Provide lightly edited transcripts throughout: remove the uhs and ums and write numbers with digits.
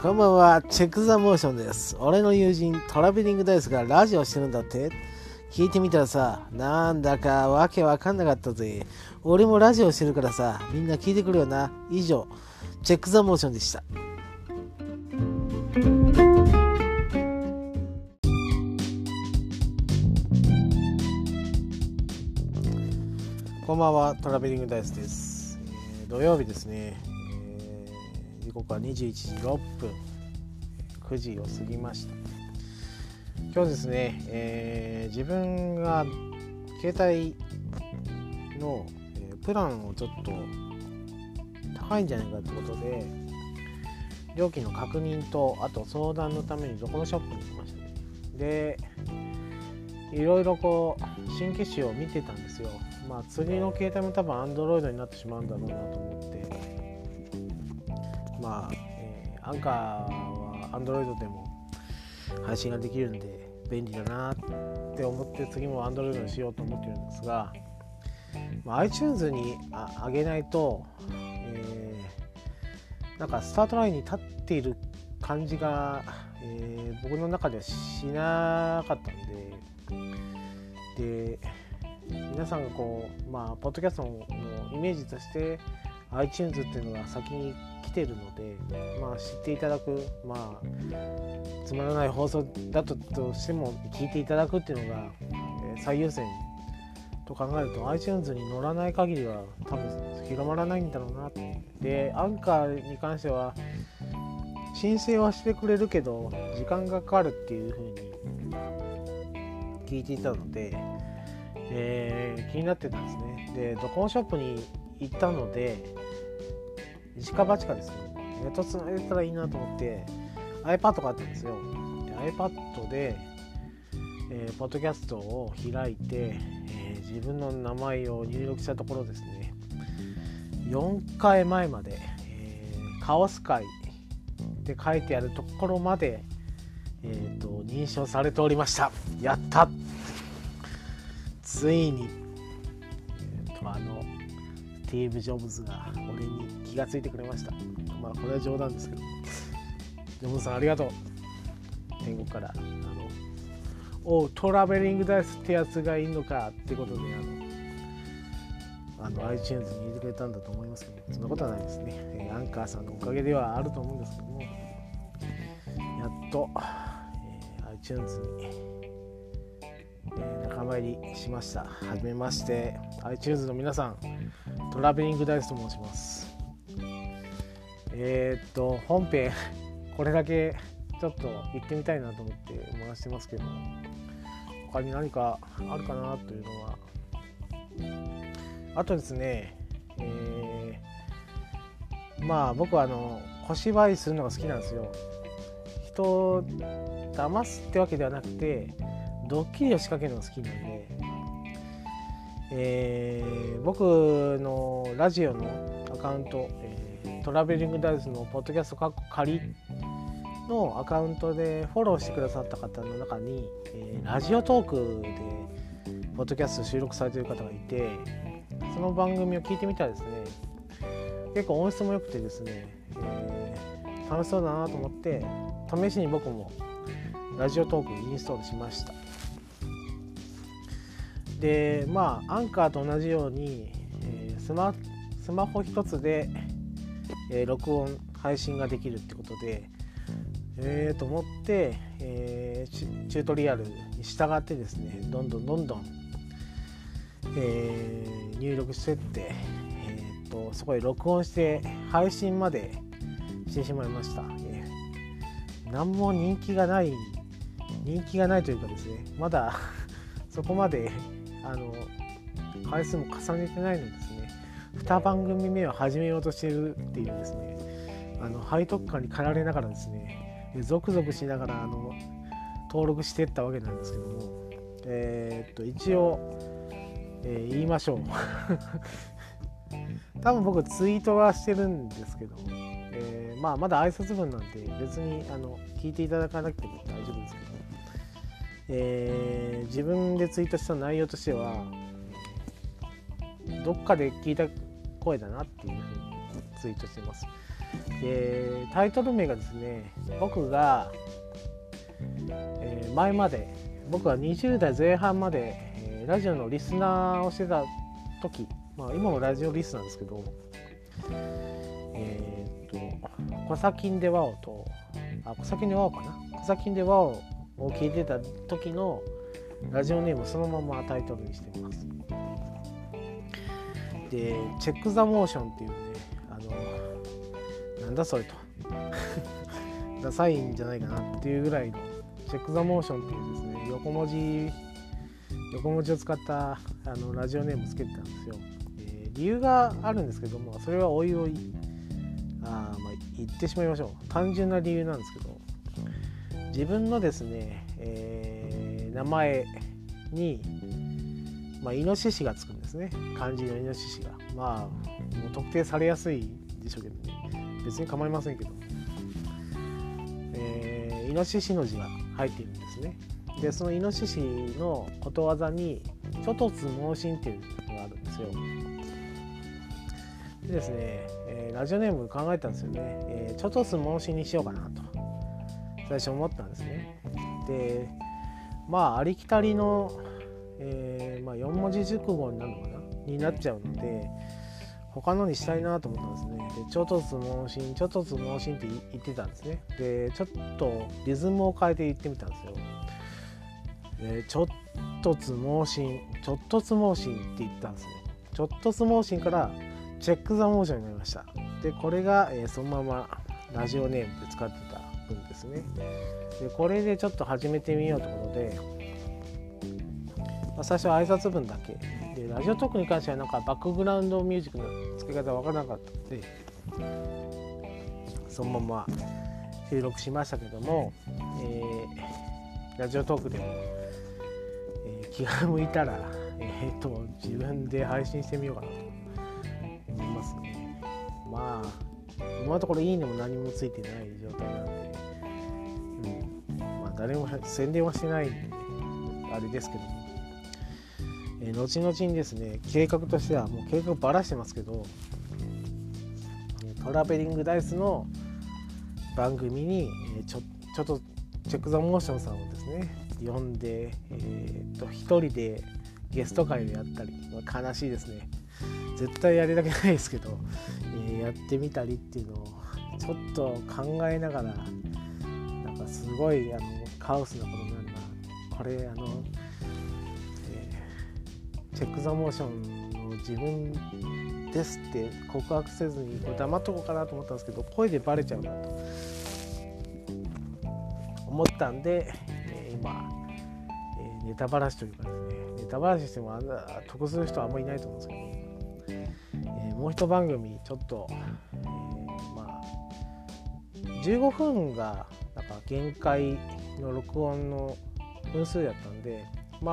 こんばんは、チェックザモーションです。俺の友人トラベリングダイスがラジオしてるんだって。聞いてみたらさ、なんだかわけわかんなかったぜ。俺もラジオしてるからさ、みんな聞いてくるよな。以上、チェックザモーションでした。こんばんは、トラベリングダイスです。土曜日ですね。時刻は21時6分、9時を過ぎました。今日ですね、自分が携帯のプランをちょっと高いんじゃないかということで、料金の確認とあと相談のためにドコモショップに行きましたね。で、いろいろ新機種を見てたんですよ。次の携帯も多分 Android になってしまうんだろうなと思って、アンカーは Android でも配信ができるんで便利だなって思って次も Android にしようと思ってるんですが、iTunes に上げないと、なんかスタートラインに立っている感じが、僕の中ではしなかったんで、皆さんがポッドキャストのイメージとして iTunes っていうのが先に来てるので、知っていただく、つまらない放送だとしても聞いていただくっていうのが、最優先と考えると iTunes に乗らない限りは多分広まらないんだろうなって。で、アンカーに関しては申請はしてくれるけど時間がかかるっていう風に聞いていたので、気になってたんですね。で、ドコモショップに行ったので一か八かですね、ネットつなげたらいいなと思って iPad があったんですよ。で iPad で、ポッドキャストを開いて、自分の名前を入力したところですね、4回前まで、カオス会って書いてあるところまで、認証されておりました。やった、ついに、スティーブ・ジョブズが俺に気がついてくれました。これは冗談ですけど、ジョブズさんありがとう。天国からトラベリングダイスってやつがいいのかってことでiTunes に入れてくれたんだと思いますけど、そんなことはないですね。アンカーさんのおかげではあると思うんですけども、やっと、iTunes に、仲間入りしました。はじめまして、 iTunes の皆さん、トラベリングダイスと申します。本編これだけちょっと行ってみたいなと思って回してますけど、他に何かあるかなというのは、あとですね、僕は小芝居するのが好きなんですよ。人を騙すってわけではなくてドッキリを仕掛けるのが好きなんで、僕のラジオのアカウント、トラベリングダイスのポッドキャスト仮のアカウントでフォローしてくださった方の中に、ラジオトークでポッドキャスト収録されている方がいて、その番組を聞いてみたらですね、結構音質も良くてですね、楽しそうだなと思って試しに僕もラジオトークインストールしました。で、アンカーと同じように、スマホ一つで、録音配信ができるってことで、と思って、チュートリアルに従ってですね、どんどん、入力してって、そこで録音して配信までしてしまいました。何も人気がないというかですね、まだそこまで回数も重ねてないのですね。2番組目を始めようとしているっていうですね、背徳感に駆られながらですね、ゾクゾクしながら登録していったわけなんですけども、一応、言いましょう多分僕ツイートはしてるんですけど、まだ挨拶文なんで別に聞いていただかなくても大丈夫ですけど、自分でツイートした内容としてはどっかで聞いた声だなっていうふうにツイートしてます。 でタイトル名がですね、僕が、前まで僕は20代前半まで、ラジオのリスナーをしてた時、今もラジオリスナーですけど、コサキンでワオとコサキンでワオかなコサキンでワオを聞いてた時のラジオネームそのままタイトルにしています。でチェック・ザ・モーションっていうね、なんだそれとダサいんじゃないかなっていうぐらいのチェック・ザ・モーションっていうですね、横文字を使ったラジオネームつけてたんですよ。理由があるんですけども、それはおいおい言ってしまいましょう。単純な理由なんですけど、自分のですね、名前に、イノシシがつくんですね。漢字のイノシシがもう特定されやすいでしょうけどね、別に構いませんけど、イノシシの字が入っているんですね。でそのイノシシのことわざにちょとつ猛進っていうのがあるんですよ。でですね、ラジオネーム考えたんですよね。ちょとつ猛進にしようかなと最初思ったんですね。でありきたりの、4文字熟語になるのかなになっちゃうので、他のにしたいなと思ったんですね。でちょとつ猛進ちょとつ猛進って言ってたんですね。でちょっとリズムを変えて言ってみたんですよ。ちょっとつ猛進ちょっとつ猛進って言ったんですね。ちょっとつ猛進からチェック・ザ・モーションになりました。でこれが、そのままラジオネームで使ってた分ですね。でこれでちょっと始めてみようということで、最初は挨拶文だけで、ラジオトークに関してはなんかバックグラウンドミュージックの付け方分からなかったので、そのまま収録しましたけども、ラジオトークでも、気が向いたら、自分で配信してみようかなと思いますね。今のところいいねも何もついてない状態なんで、誰も宣伝はしてないんであれですけども、後々にですね、計画としてはもう計画ばらしてますけど、トラベリングダイスの番組にちょっとチェック・ザ・モーションさんをですね呼んで、一人でゲスト会でやったり、悲しいですね、絶対やりたくないですけど、やってみたりっていうのをちょっと考えながら、なんかすごいカオスなことになるなこれチェック・ザ・モーションの自分ですって告白せずに黙っとこうかなと思ったんですけど、声でバレちゃうなと思ったんで、今、ネタばらしというかですね、ネタばらししても得する人はあんまりいないと思うんですけど、もう一番組ちょっと、15分がなんか限界の録音の分数やったんで、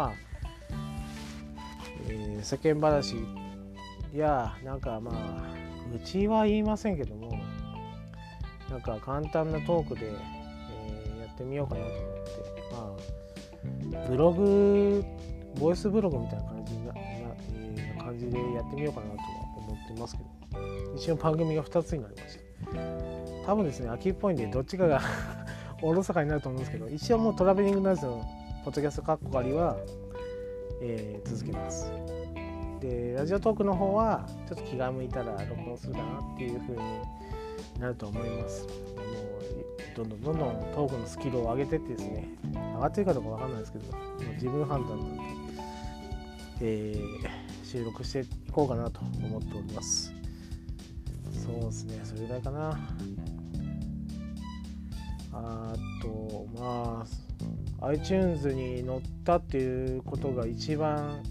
世間話やなんかうちは言いませんけども、なんか簡単なトークで、やってみようかなと思って、ブログボイスブログみたいな感じでやってみようかなとは思ってますけど、一応番組が2つになりました。多分ですね、秋っぽいんでどっちかがおろそかになると思うんですけど、一応もうトラベリングダイスのポッドキャストカッコ仮は、続けます。でラジオトークの方はちょっと気が向いたら録音するかなっていう風になると思います。もうどんどんトークのスキルを上げてってですね、上がってるかどうかわかんないですけど、自分判断なんで、収録していこうかなと思っております。そうですね、それぐらいかな。あとiTunes に載ったっていうことが一番、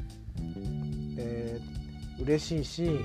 嬉しいし、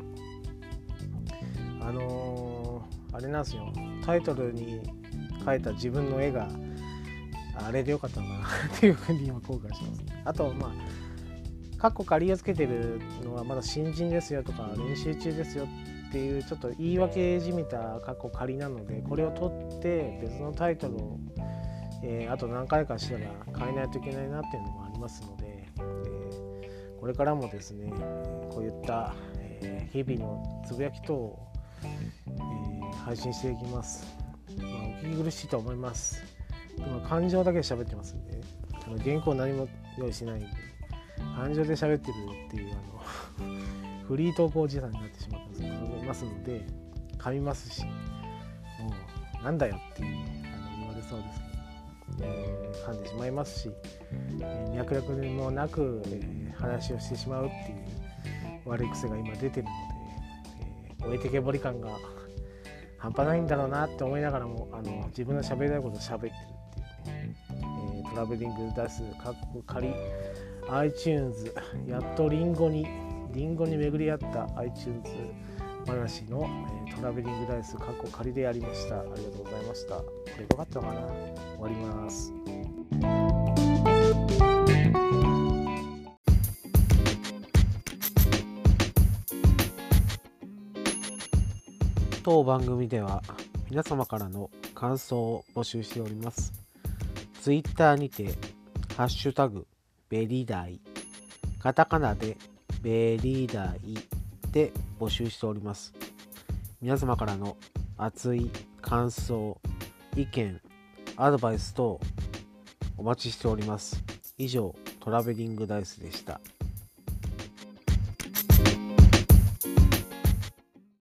あれなんですよ、タイトルに書いた自分の絵があれでよかったのかなっていうふうに今後悔してます。あとカッコ仮をつけてるのはまだ新人ですよとか練習中ですよっていうちょっと言い訳じみたカッコ仮なので、これを取って別のタイトルを、あと何回かしたら変えないといけないなっていうのもありますので、これからもですねこういった、日々のつぶやき等を配信していきます。お聞き苦しいと思います。感情だけで喋ってますんで、原稿何も用意しないんで、感情で喋ってるっていうフリートークおじさんになってしまいますので、噛みますし、もうなんだよっていう言われそうですけど、噛んでしまいますし、脈絡もなく、話をしてしまうっていう悪い癖が今出てるので、置いてけぼり感が半端ないんだろうなって思いながらも、自分の喋りたいことを喋ってるっていうね、トラベリングダイス仮 iTunes やっとリンゴに巡り合った iTunes 話の、トラベリングダイス仮でやりました。ありがとうございました。これよかったのかな。終わります。当番組では皆様からの感想を募集しております。ツイッターにてハッシュタグベリダイ、カタカナでベリダイで募集しております。皆様からの熱い感想、意見、アドバイス等お待ちしております。以上、トラベリングダイスでした。